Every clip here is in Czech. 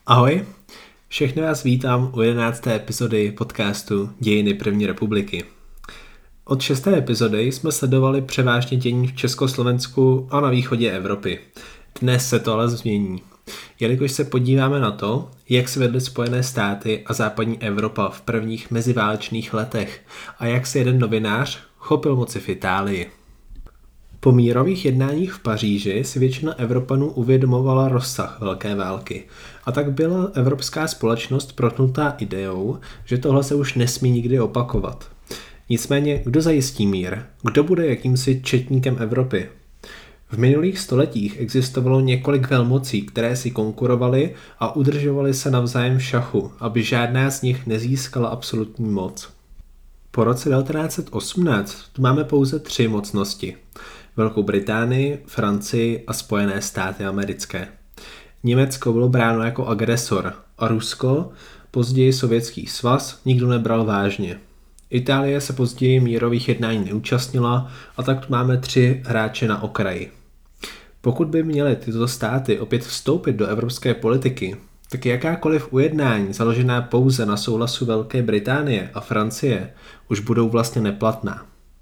Ahoj, všechny vás vítám u 11. epizody podcastu Dějiny první republiky. Od 6. epizody jsme sledovali převážně dění v Československu a na východě Evropy. Dnes se to ale změní, jelikož se podíváme na to, jak se vedly Spojené státy a západní Evropa v prvních meziválečných letech a jak se jeden novinář chopil moci v Itálii. Po mírových jednáních v Paříži si většina Evropanů uvědomovala rozsah velké války a tak byla evropská společnost protnutá ideou, že tohle se už nesmí nikdy opakovat. Nicméně, kdo zajistí mír? Kdo bude jakýmsi četníkem Evropy? V minulých stoletích existovalo několik velmocí, které si konkurovaly a udržovaly se navzájem v šachu, aby žádná z nich nezískala absolutní moc. Po roce 1918 tu máme pouze 3 mocnosti. Velkou Británii, Francii a Spojené státy americké. Německo bylo bráno jako agresor a Rusko, později Sovětský svaz, nikdo nebral vážně. Itálie se později mírových jednání neúčastnila a tak tu máme 3 hráče na okraji. Pokud by měly tyto státy opět vstoupit do evropské politiky, tak jakákoliv ujednání založená pouze na souhlasu Velké Británie a Francie už budou vlastně neplatná.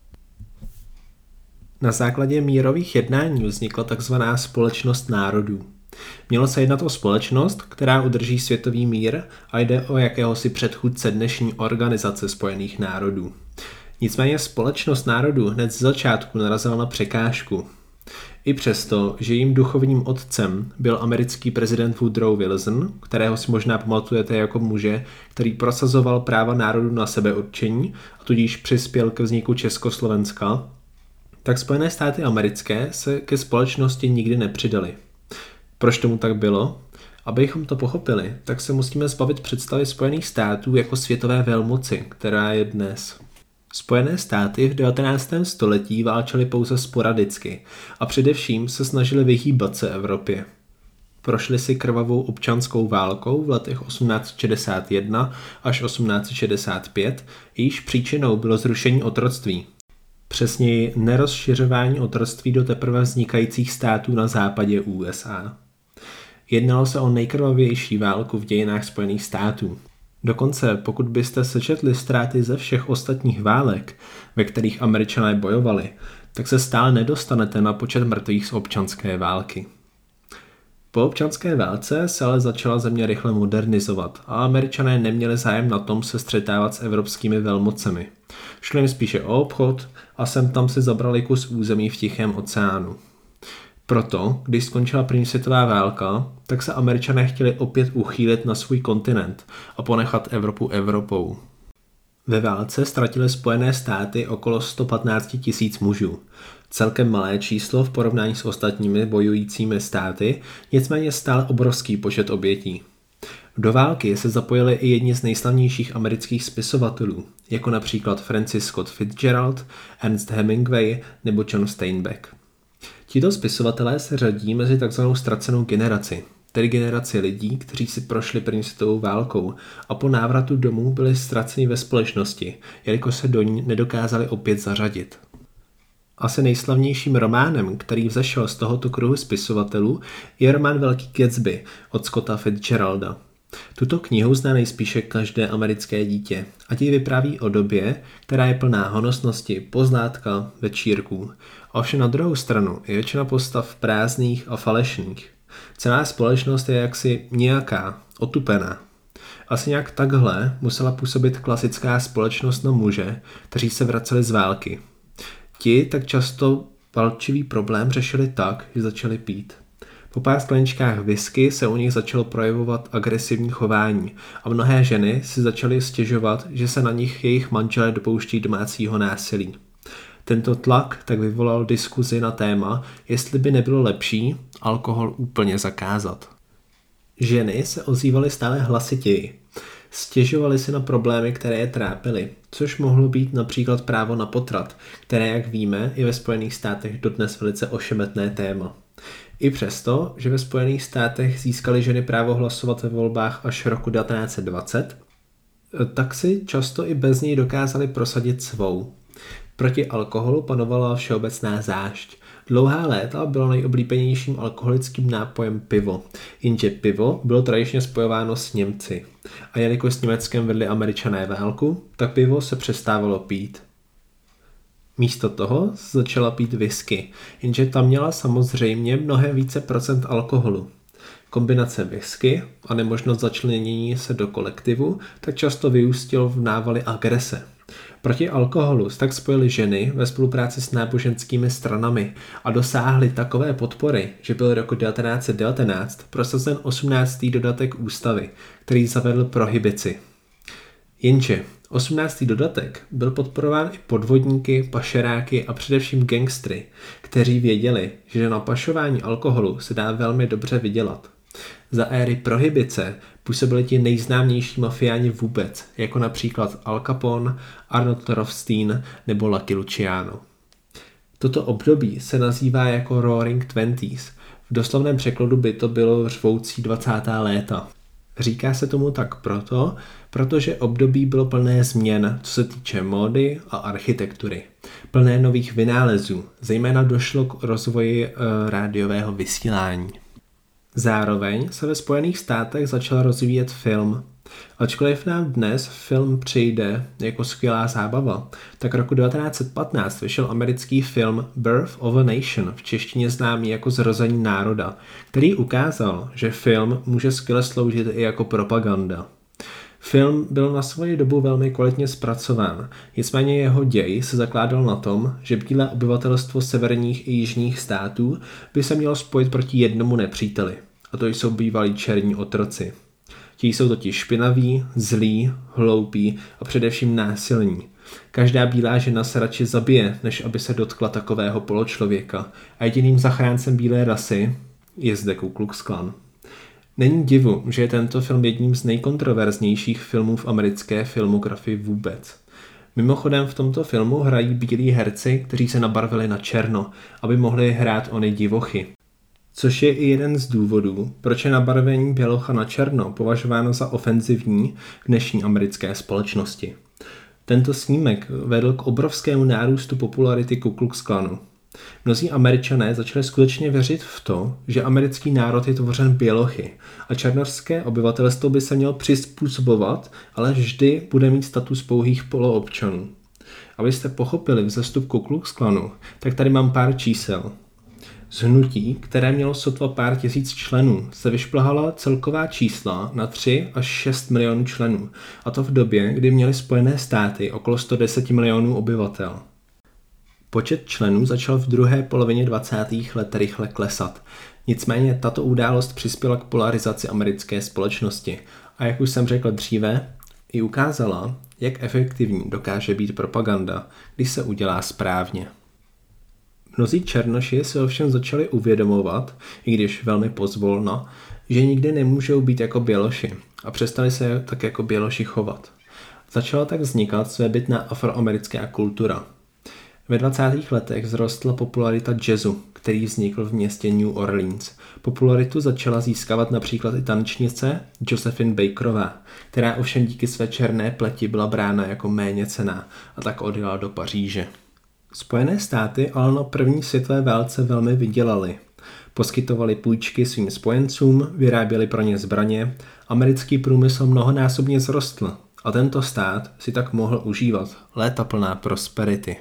Na základě mírových jednání vznikla tzv. Společnost národů. Mělo se jednat o společnost, která udrží světový mír a jde o jakéhosi předchůdce dnešní Organizace spojených národů. Nicméně Společnost národů hned z začátku narazila na překážku. I přesto, že jejím duchovním otcem byl americký prezident Woodrow Wilson, kterého si možná pamatujete jako muže, který prosazoval práva národů na sebeurčení a tudíž přispěl ke vzniku Československa, tak Spojené státy americké se ke společnosti nikdy nepřidali. Proč tomu tak bylo? Abychom to pochopili, tak se musíme zbavit představy Spojených států jako světové velmoci, která je dnes. Spojené státy v 19. století válčily pouze sporadicky a především se snažili vyhýbat se Evropě. Prošli si krvavou občanskou válkou v letech 1861 až 1865, jejíž příčinou bylo zrušení otroctví. Přesněji nerozšiřování otroctví do teprve vznikajících států na západě USA. Jednalo se o nejkrvavější válku v dějinách Spojených států. Dokonce, pokud byste sečetli ztráty ze všech ostatních válek, ve kterých Američané bojovali, tak se stále nedostanete na počet mrtvých z občanské války. Po občanské válce se ale začala země rychle modernizovat a Američané neměli zájem na tom se střetávat s evropskými velmocemi. Šlo jim spíše o obchod a sem tam si zabrali kus území v Tichém oceánu. Proto, když skončila první světová válka, tak se Američané chtěli opět uchýlit na svůj kontinent a ponechat Evropu Evropou. Ve válce ztratily Spojené státy okolo 115 000 mužů. Celkem malé číslo v porovnání s ostatními bojujícími státy, nicméně stále obrovský počet obětí. Do války se zapojili i jedni z nejslavnějších amerických spisovatelů, jako například Francis Scott Fitzgerald, Ernest Hemingway nebo John Steinbeck. Tito spisovatelé se řadí mezi takzvanou ztracenou generaci, tedy generaci lidí, kteří si prošli první světovou válkou a po návratu domů byli ztraceni ve společnosti, jelikož se do ní nedokázali opět zařadit. Asi nejslavnějším románem, který vzešel z tohoto kruhu spisovatelů, je román Velký Gatsby od Scotta Fitzgeralda. Tuto knihu zná nejspíše každé americké dítě a ti vypráví o době, která je plná honosnosti, pozlátka, večírků. Ovšem na druhou stranu je většina postav prázdných a falešných. Celá společnost je jaksi nějaká, otupená. Asi nějak takhle musela působit klasická společnost na muže, kteří se vraceli z války. Ti tak často palčivý problém řešili tak, že začali pít. Po pár skleničkách whisky se u nich začalo projevovat agresivní chování a mnohé ženy si začaly stěžovat, že se na nich jejich manželé dopouští domácího násilí. Tento tlak tak vyvolal diskuzi na téma, jestli by nebylo lepší alkohol úplně zakázat. Ženy se ozývaly stále hlasitěji. Stěžovali si na problémy, které je trápily, což mohlo být například právo na potrat, které, jak víme, je ve Spojených státech dodnes velice ošemetné téma. I přesto, že ve Spojených státech získaly ženy právo hlasovat ve volbách až roku 1920, tak si často i bez něj dokázali prosadit svou. Proti alkoholu panovala všeobecná zášť Dlouhá léta bylo nejoblíbenějším alkoholickým nápojem pivo, jenže pivo bylo tradičně spojováno s Němci. A jelikož s Německem vedli Američané válku, tak pivo se přestávalo pít. Místo toho začala pít whisky, jenže ta měla samozřejmě mnohem více procent alkoholu. Kombinace whisky a nemožnost začlenění se do kolektivu tak často vyústilo v návaly agrese. Proti alkoholu tak spojily ženy ve spolupráci s náboženskými stranami a dosáhly takové podpory, že byl roku 1919 prosazen 18. dodatek ústavy, který zavedl prohibici. Jenže 18. dodatek byl podporován i podvodníky, pašeráky a především gangstry, kteří věděli, že na pašování alkoholu se dá velmi dobře vydělat. Za éry prohibice působili ti nejznámější mafiáni vůbec, jako například Al Capone, Arnold Rothstein nebo Lucky Luciano. Toto období se nazývá jako Roaring Twenties. V doslovném překladu by to bylo řvoucí 20. léta. Říká se tomu tak protože období bylo plné změn, co se týče módy a architektury. Plné nových vynálezů, zejména došlo k rozvoji rádiového vysílání. Zároveň se ve Spojených státech začal rozvíjet film. Ačkoliv nám dnes film přijde jako skvělá zábava, tak roku 1915 vyšel americký film Birth of a Nation, v češtině známý jako Zrození národa, který ukázal, že film může skvěle sloužit i jako propaganda. Film byl na svoji dobu velmi kvalitně zpracován, nicméně jeho děj se zakládal na tom, že bílé obyvatelstvo severních i jižních států by se mělo spojit proti jednomu nepříteli, a to jsou bývalí černí otroci. Ti jsou totiž špinaví, zlí, hloupí a především násilní. Každá bílá žena se radši zabije, než aby se dotkla takového poločlověka, a jediným zachráncem bílé rasy je zde Ku Klux Klan. Není divu, že je tento film jedním z nejkontroverznějších filmů v americké filmografii vůbec. Mimochodem v tomto filmu hrají bílí herci, kteří se nabarvili na černo, aby mohli hrát ony divochy. Což je i jeden z důvodů, proč je nabarvení bělocha na černo považováno za ofenzivní v dnešní americké společnosti. Tento snímek vedl k obrovskému nárůstu popularity Ku Klux Klanu. Mnozí Američané začali skutečně věřit v to, že americký národ je tvořen bělochy a černošské obyvatelstvo by se mělo přizpůsobovat, ale vždy bude mít status pouhých poloobčanů. Abyste pochopili vzestup Ku Klux Klanu, tak tady mám pár čísel. Z hnutí, které mělo sotva pár tisíc členů, se vyšplhala celková čísla na 3 až 6 milionů členů, a to v době, kdy měly Spojené státy okolo 110 milionů obyvatel. Počet členů začal v druhé polovině 20. let rychle klesat. Nicméně tato událost přispěla k polarizaci americké společnosti a jak už jsem řekl dříve, i ukázala, jak efektivní dokáže být propaganda, když se udělá správně. Mnozí černoši se ovšem začali uvědomovat, i když velmi pozvolna, že nikdy nemůžou být jako běloši a přestali se tak jako běloši chovat. Začala tak vznikat svébytná afroamerická kultura. Ve 20. letech vzrostla popularita jazzu, který vznikl v městě New Orleans. Popularitu začala získávat například i tanečnice Josephine Bakerová, která ovšem díky své černé pleti byla brána jako méně cenná a tak odjela do Paříže. Spojené státy ale na první světové válce velmi vydělaly. Poskytovali půjčky svým spojencům, vyráběli pro ně zbraně, americký průmysl mnohonásobně vzrostl a tento stát si tak mohl užívat léta plná prosperity.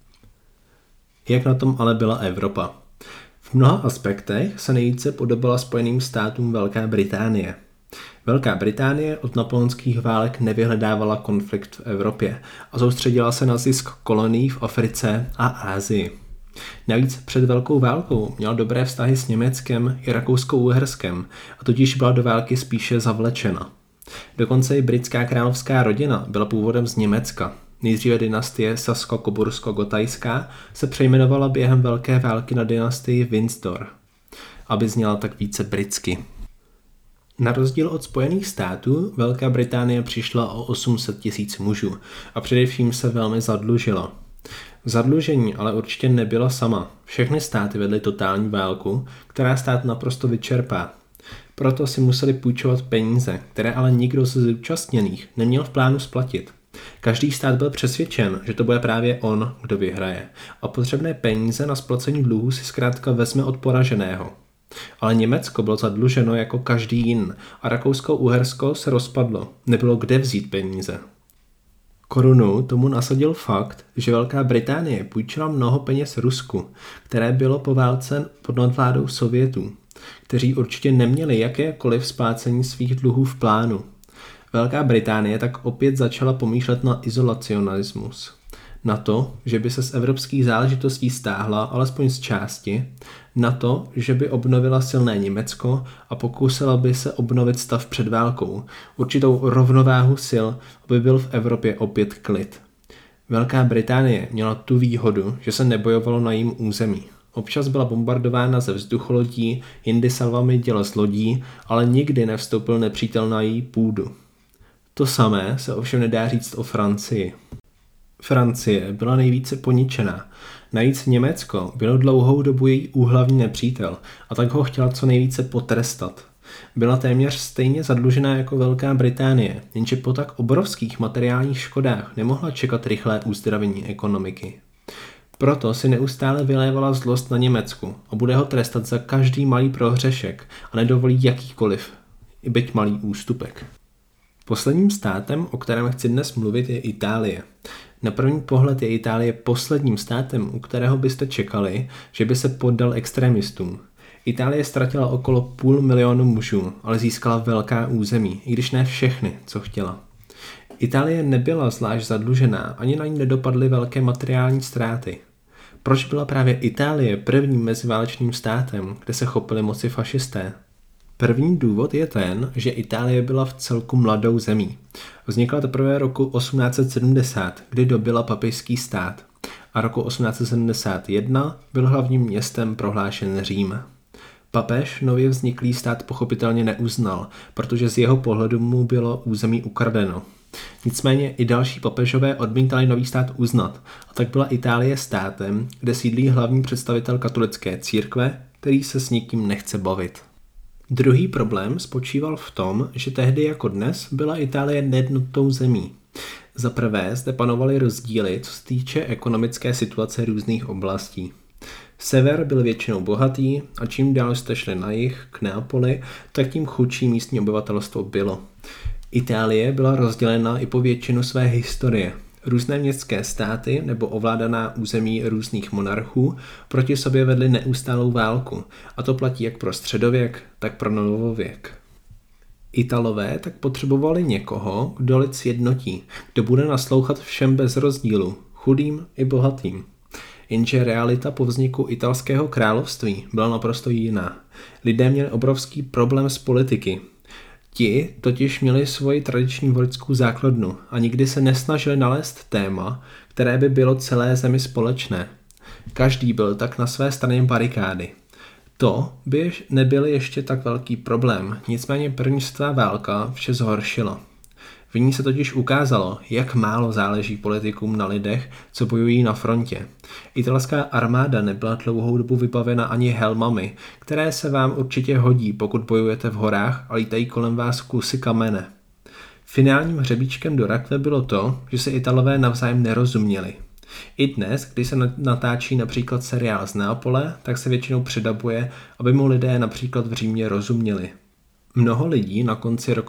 Jak na tom ale byla Evropa? V mnoha aspektech se nejvíce podobala Spojeným státům Velká Británie. Velká Británie od napoleonských válek nevyhledávala konflikt v Evropě a soustředila se na zisk kolonií v Africe a Asii. Navíc před Velkou válkou měla dobré vztahy s Německem i Rakouskou-Uherskem a tudíž byla do války spíše zavlečena. Dokonce i britská královská rodina byla původem z Německa. Nejdříve dynastie Sasko-Cobursko-Gotajská se přejmenovala během Velké války na dynastii Windsor, aby zněla tak více britsky. Na rozdíl od Spojených států, Velká Británie přišla o 800 000 mužů a především se velmi zadlužila. Zadlužení ale určitě nebyla sama. Všechny státy vedly totální válku, která stát naprosto vyčerpá. Proto si museli půjčovat peníze, které ale nikdo ze zúčastněných neměl v plánu splatit. Každý stát byl přesvědčen, že to bude právě on, kdo vyhraje, a potřebné peníze na splacení dluhů si zkrátka vezme od poraženého. Ale Německo bylo zadluženo jako každý jiný a Rakousko-Uhersko se rozpadlo, nebylo kde vzít peníze. Korunu tomu nasadil fakt, že Velká Británie půjčila mnoho peněz Rusku, které bylo po válce pod nadvládou Sovětů, kteří určitě neměli jakékoliv splácení svých dluhů v plánu. Velká Británie tak opět začala pomýšlet na izolacionalismus. Na to, že by se z evropských záležitostí stáhla alespoň z části, na to, že by obnovila silné Německo a pokusila by se obnovit stav před válkou, určitou rovnováhu sil, aby byl v Evropě opět klid. Velká Británie měla tu výhodu, že se nebojovalo na jejím území. Občas byla bombardována ze vzducholodí, jindy salvami děl z lodí, ale nikdy nevstoupil nepřítel na její půdu. To samé se ovšem nedá říct o Francii. Francie byla nejvíce poničená. Navíc Německo bylo dlouhou dobu její úhlavní nepřítel a tak ho chtěla co nejvíce potrestat. Byla téměř stejně zadlužená jako Velká Británie, jenže po tak obrovských materiálních škodách nemohla čekat rychlé uzdravení ekonomiky. Proto si neustále vylévala zlost na Německu a bude ho trestat za každý malý prohřešek a nedovolí jakýkoliv, i byť malý ústupek. Posledním státem, o kterém chci dnes mluvit, je Itálie. Na první pohled je Itálie posledním státem, u kterého byste čekali, že by se poddal extremistům. Itálie ztratila okolo 500 000 mužů, ale získala velká území, i když ne všechny, co chtěla. Itálie nebyla zvlášť zadlužená, ani na ní nedopadly velké materiální ztráty. Proč byla právě Itálie prvním meziválečným státem, kde se chopili moci fašisté? První důvod je ten, že Itálie byla v celku mladou zemí. Vznikla teprve roku 1870, kdy dobyla papežský stát, a roku 1871 byl hlavním městem prohlášen Řím. Papež nově vzniklý stát pochopitelně neuznal, protože z jeho pohledu mu bylo území ukradeno. Nicméně i další papežové odmítali nový stát uznat, a tak byla Itálie státem, kde sídlí hlavní představitel katolické církve, který se s nikým nechce bavit. Druhý problém spočíval v tom, že tehdy jako dnes byla Itálie nejednotnou zemí. Za prvé zde panovaly rozdíly, co se týče ekonomické situace různých oblastí. Sever byl většinou bohatý a čím dál jste šli na jih k Neapoli, tak tím chudší místní obyvatelstvo bylo. Itálie byla rozdělena i po většinu své historie. Různé městské státy nebo ovládaná území různých monarchů proti sobě vedly neustálou válku, a to platí jak pro středověk, tak pro novověk. Italové tak potřebovali někoho, kdo lid sjednotí, kdo bude naslouchat všem bez rozdílu, chudým i bohatým. Jenže realita po vzniku italského království byla naprosto jiná. Lidé měli obrovský problém s politiky. Ti totiž měli svoji tradiční voličskou základnu a nikdy se nesnažili nalézt téma, které by bylo celé zemi společné. Každý byl tak na své straně barikády. To by nebyl ještě tak velký problém, nicméně první světová válka vše zhoršila. V ní se totiž ukázalo, jak málo záleží politikům na lidech, co bojují na frontě. Italská armáda nebyla dlouhou dobu vybavena ani helmami, které se vám určitě hodí, pokud bojujete v horách a lítají kolem vás kusy kamene. Finálním hřebíčkem do rakve bylo to, že se Italové navzájem nerozuměli. I dnes, když se natáčí například seriál z Neapole, tak se většinou předabuje, aby mu lidé například v Římě rozuměli. Mnoho lidí na konci roku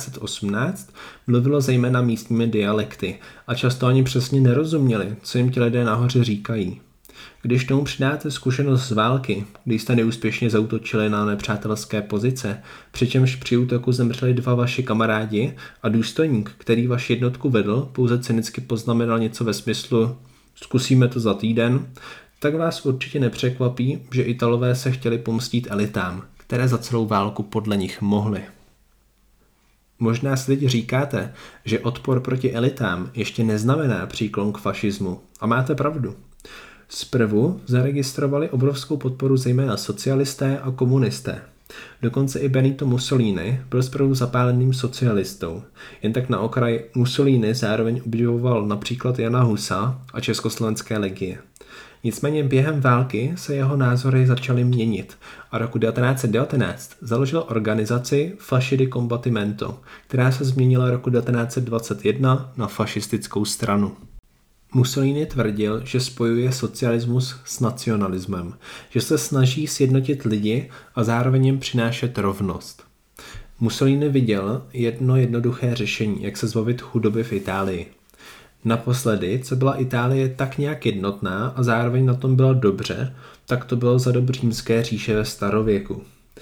1918 mluvilo zejména místními dialekty a často ani přesně nerozuměli, co jim ti lidé nahoře říkají. Když tomu přidáte zkušenost z války, kdy jste neúspěšně zaútočili na nepřátelské pozice, přičemž při útoku zemřeli 2 vaši kamarádi a důstojník, který vaši jednotku vedl, pouze cynicky poznamenal něco ve smyslu "zkusíme to za týden", tak vás určitě nepřekvapí, že Italové se chtěli pomstít elitám, které za celou válku podle nich mohly. Možná si teď říkáte, že odpor proti elitám ještě neznamená příklon k fašismu. A máte pravdu. Zprvu zaregistrovali obrovskou podporu zejména socialisté a komunisté. Dokonce i Benito Mussolini byl zprvu zapáleným socialistou. Jen tak na okraj Mussolini zároveň obdivoval například Jana Husa a československé legie. Nicméně během války se jeho názory začaly měnit a roku 1919 založil organizaci Fasci di Combattimento, která se změnila roku 1921 na fašistickou stranu. Mussolini tvrdil, že spojuje socialismus s nacionalismem, že se snaží sjednotit lidi a zároveň jim přinášet rovnost. Mussolini viděl jedno jednoduché řešení, jak se zbavit chudoby v Itálii. Naposledy, co byla Itálie tak nějak jednotná a zároveň na tom byla dobře, tak to bylo za dob Římské říše ve starověku.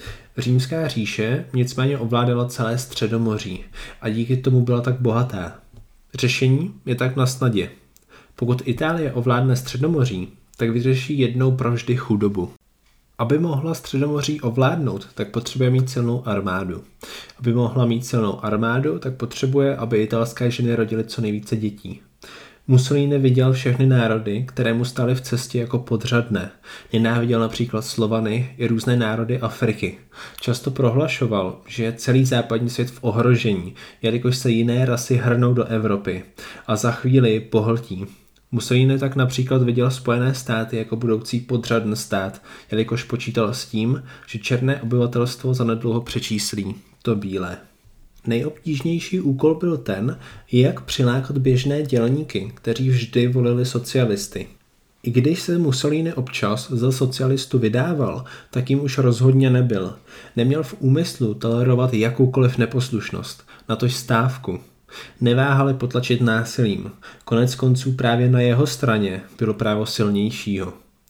Římská říše nicméně ovládala celé Středomoří a díky tomu byla tak bohatá. Řešení je tak na snadě. Pokud Itálie ovládne Středomoří, tak vyřeší jednou provždy chudobu. Aby mohla Středomoří ovládnout, tak potřebuje mít silnou armádu. Aby mohla mít silnou armádu, tak potřebuje, aby italské ženy rodily co nejvíce dětí. Mussolini viděl všechny národy, které mu stály v cestě jako podřadné. Nenáviděl například Slovany i různé národy Afriky. Často prohlašoval, že je celý západní svět v ohrožení, jelikož se jiné rasy hrnou do Evropy a za chvíli pohltí. Mussolini tak například viděl Spojené státy jako budoucí podřadný stát, jelikož počítal s tím, že černé obyvatelstvo zanedlouho přečíslí to bílé. Nejobtížnější úkol byl ten, jak přilákat běžné dělníky, kteří vždy volili socialisty. I když se Mussolini občas za socialistu vydával, tak jim už rozhodně nebyl. Neměl v úmyslu tolerovat jakoukoliv neposlušnost, natož stávku. Neváhali potlačit násilím. Konec konců právě na jeho straně bylo právo silnějšího.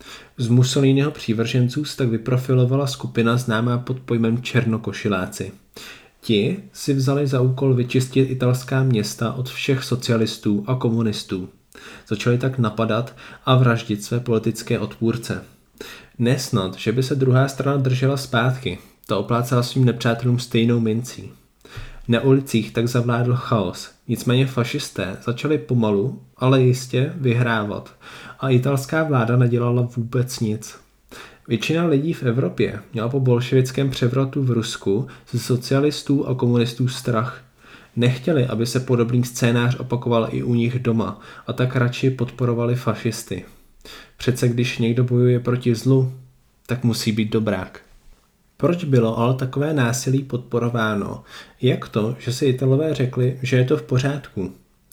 Z Mussoliniho přívrženců se tak vyprofilovala skupina známá pod pojmem černokošiláci. Ti si vzali za úkol vyčistit italská města od všech socialistů a komunistů. Začali tak napadat a vraždit své politické odpůrce. Nesnad, že by se druhá strana držela zpátky, ta oplácala svým nepřátelům stejnou mincí. Na ulicích tak zavládl chaos, nicméně fašisté začali pomalu, ale jistě vyhrávat a italská vláda nedělala vůbec nic. Většina lidí v Evropě měla po bolševickém převratu v Rusku ze socialistů a komunistů strach. Nechtěli, aby se podobný scénář opakoval i u nich doma a tak radši podporovali fašisty. Přece když někdo bojuje proti zlu, tak musí být dobrák. Proč bylo ale takové násilí podporováno? Jak to, že si Italové řekli, že je to v pořádku?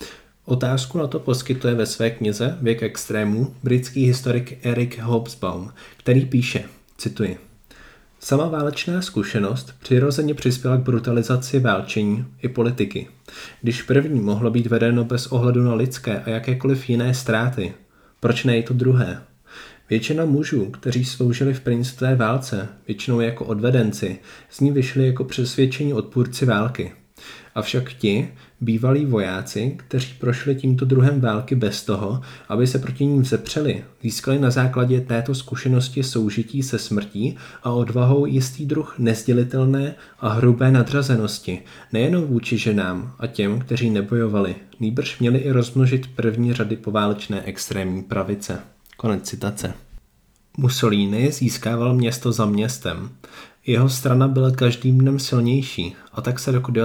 Otázku na to poskytuje ve své knize Věk extrémů britský historik Eric Hobsbawm, který píše, cituji: Sama válečná zkušenost přirozeně přispěla k brutalizaci válčení i politiky. Když první mohlo být vedeno bez ohledu na lidské a jakékoliv jiné ztráty, proč ne i to druhé? Většina mužů, kteří sloužili v první válce, většinou jako odvedenci, z ní vyšli jako přesvědčení odpůrci války. Avšak ti, bývalí vojáci, kteří prošli tímto druhem války bez toho, aby se proti ním vzepřeli, získali na základě této zkušenosti soužití se smrtí a odvahou jistý druh nezdělitelné a hrubé nadřazenosti, nejenom vůči ženám a těm, kteří nebojovali, nýbrž měli i rozmnožit první řady poválečné extrémní pravice. Konec citace. Mussolini získával město za městem. Jeho strana byla každým dnem silnější a tak se roku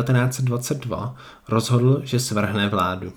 1922 rozhodl, že svrhne vládu.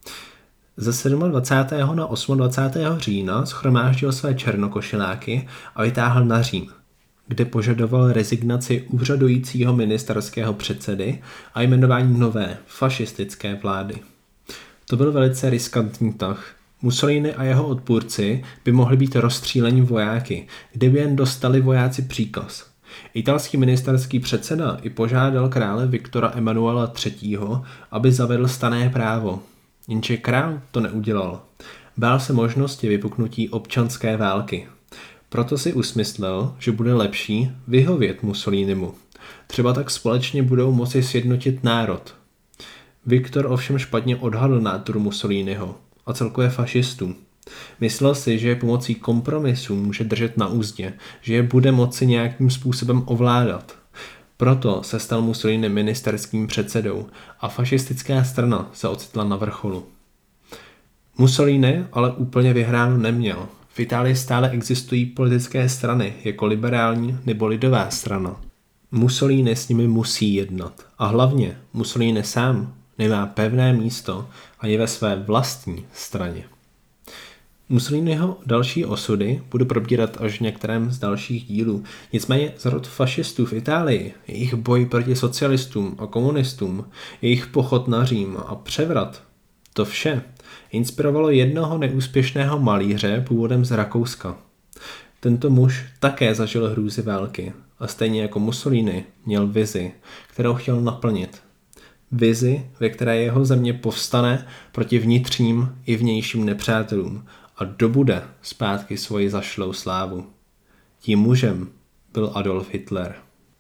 Ze 27. na 28. října shromáždil své černokošiláky a vytáhl na Řím, kde požadoval rezignaci úřadujícího ministerského předsedy a jmenování nové fašistické vlády. To byl velice riskantní tah. Mussolini a jeho odpůrci by mohli být rozstříleni vojáky, kdyby jen dostali vojáci příkaz. Italský ministerský předseda i požádal krále Viktora Emanuela III., aby zavedl stanné právo. Jenže král to neudělal. Bál se možnosti vypuknutí občanské války. Proto si usmyslel, že bude lepší vyhovět Mussolinimu. Třeba tak společně budou moci sjednotit národ. Viktor ovšem špatně odhadl náturu Mussoliniho a celkově fašistů. Myslel si, že je pomocí kompromisů může držet na úzdě, že je bude moci nějakým způsobem ovládat. Proto se stal Mussolini ministerským předsedou a fašistická strana se ocitla na vrcholu. Mussolini ale úplně vyhráno neměl. V Itálii stále existují politické strany jako liberální nebo lidová strana. Mussolini s nimi musí jednat. A hlavně Mussolini sám nemá pevné místo ani ve své vlastní straně. Mussoliniho další osudy budu probírat až v některém z dalších dílů. Nicméně zrod fašistů v Itálii, jejich boj proti socialistům a komunistům, jejich pochod na Řím a převrat, to vše inspirovalo jednoho neúspěšného malíře původem z Rakouska. Tento muž také zažil hrůzy války a stejně jako Mussolini měl vizi, kterou chtěl naplnit. Vizi, ve které jeho země povstane proti vnitřním i vnějším nepřátelům a dobude zpátky svoji zašlou slávu. Tím mužem byl Adolf Hitler.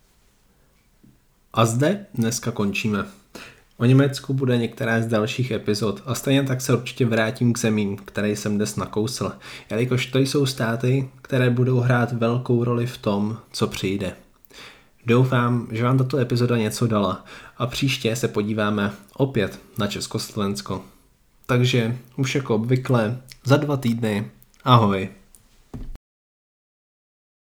A zde dneska končíme. O Německu bude některé z dalších epizod a stejně tak se určitě vrátím k zemím, které jsem dnes nakousl, jelikož to jsou státy, které budou hrát velkou roli v tom, co přijde. Doufám, že vám tato epizoda něco dala a příště se podíváme opět na Československo. Takže už jako obvykle za 2 týdny. Ahoj.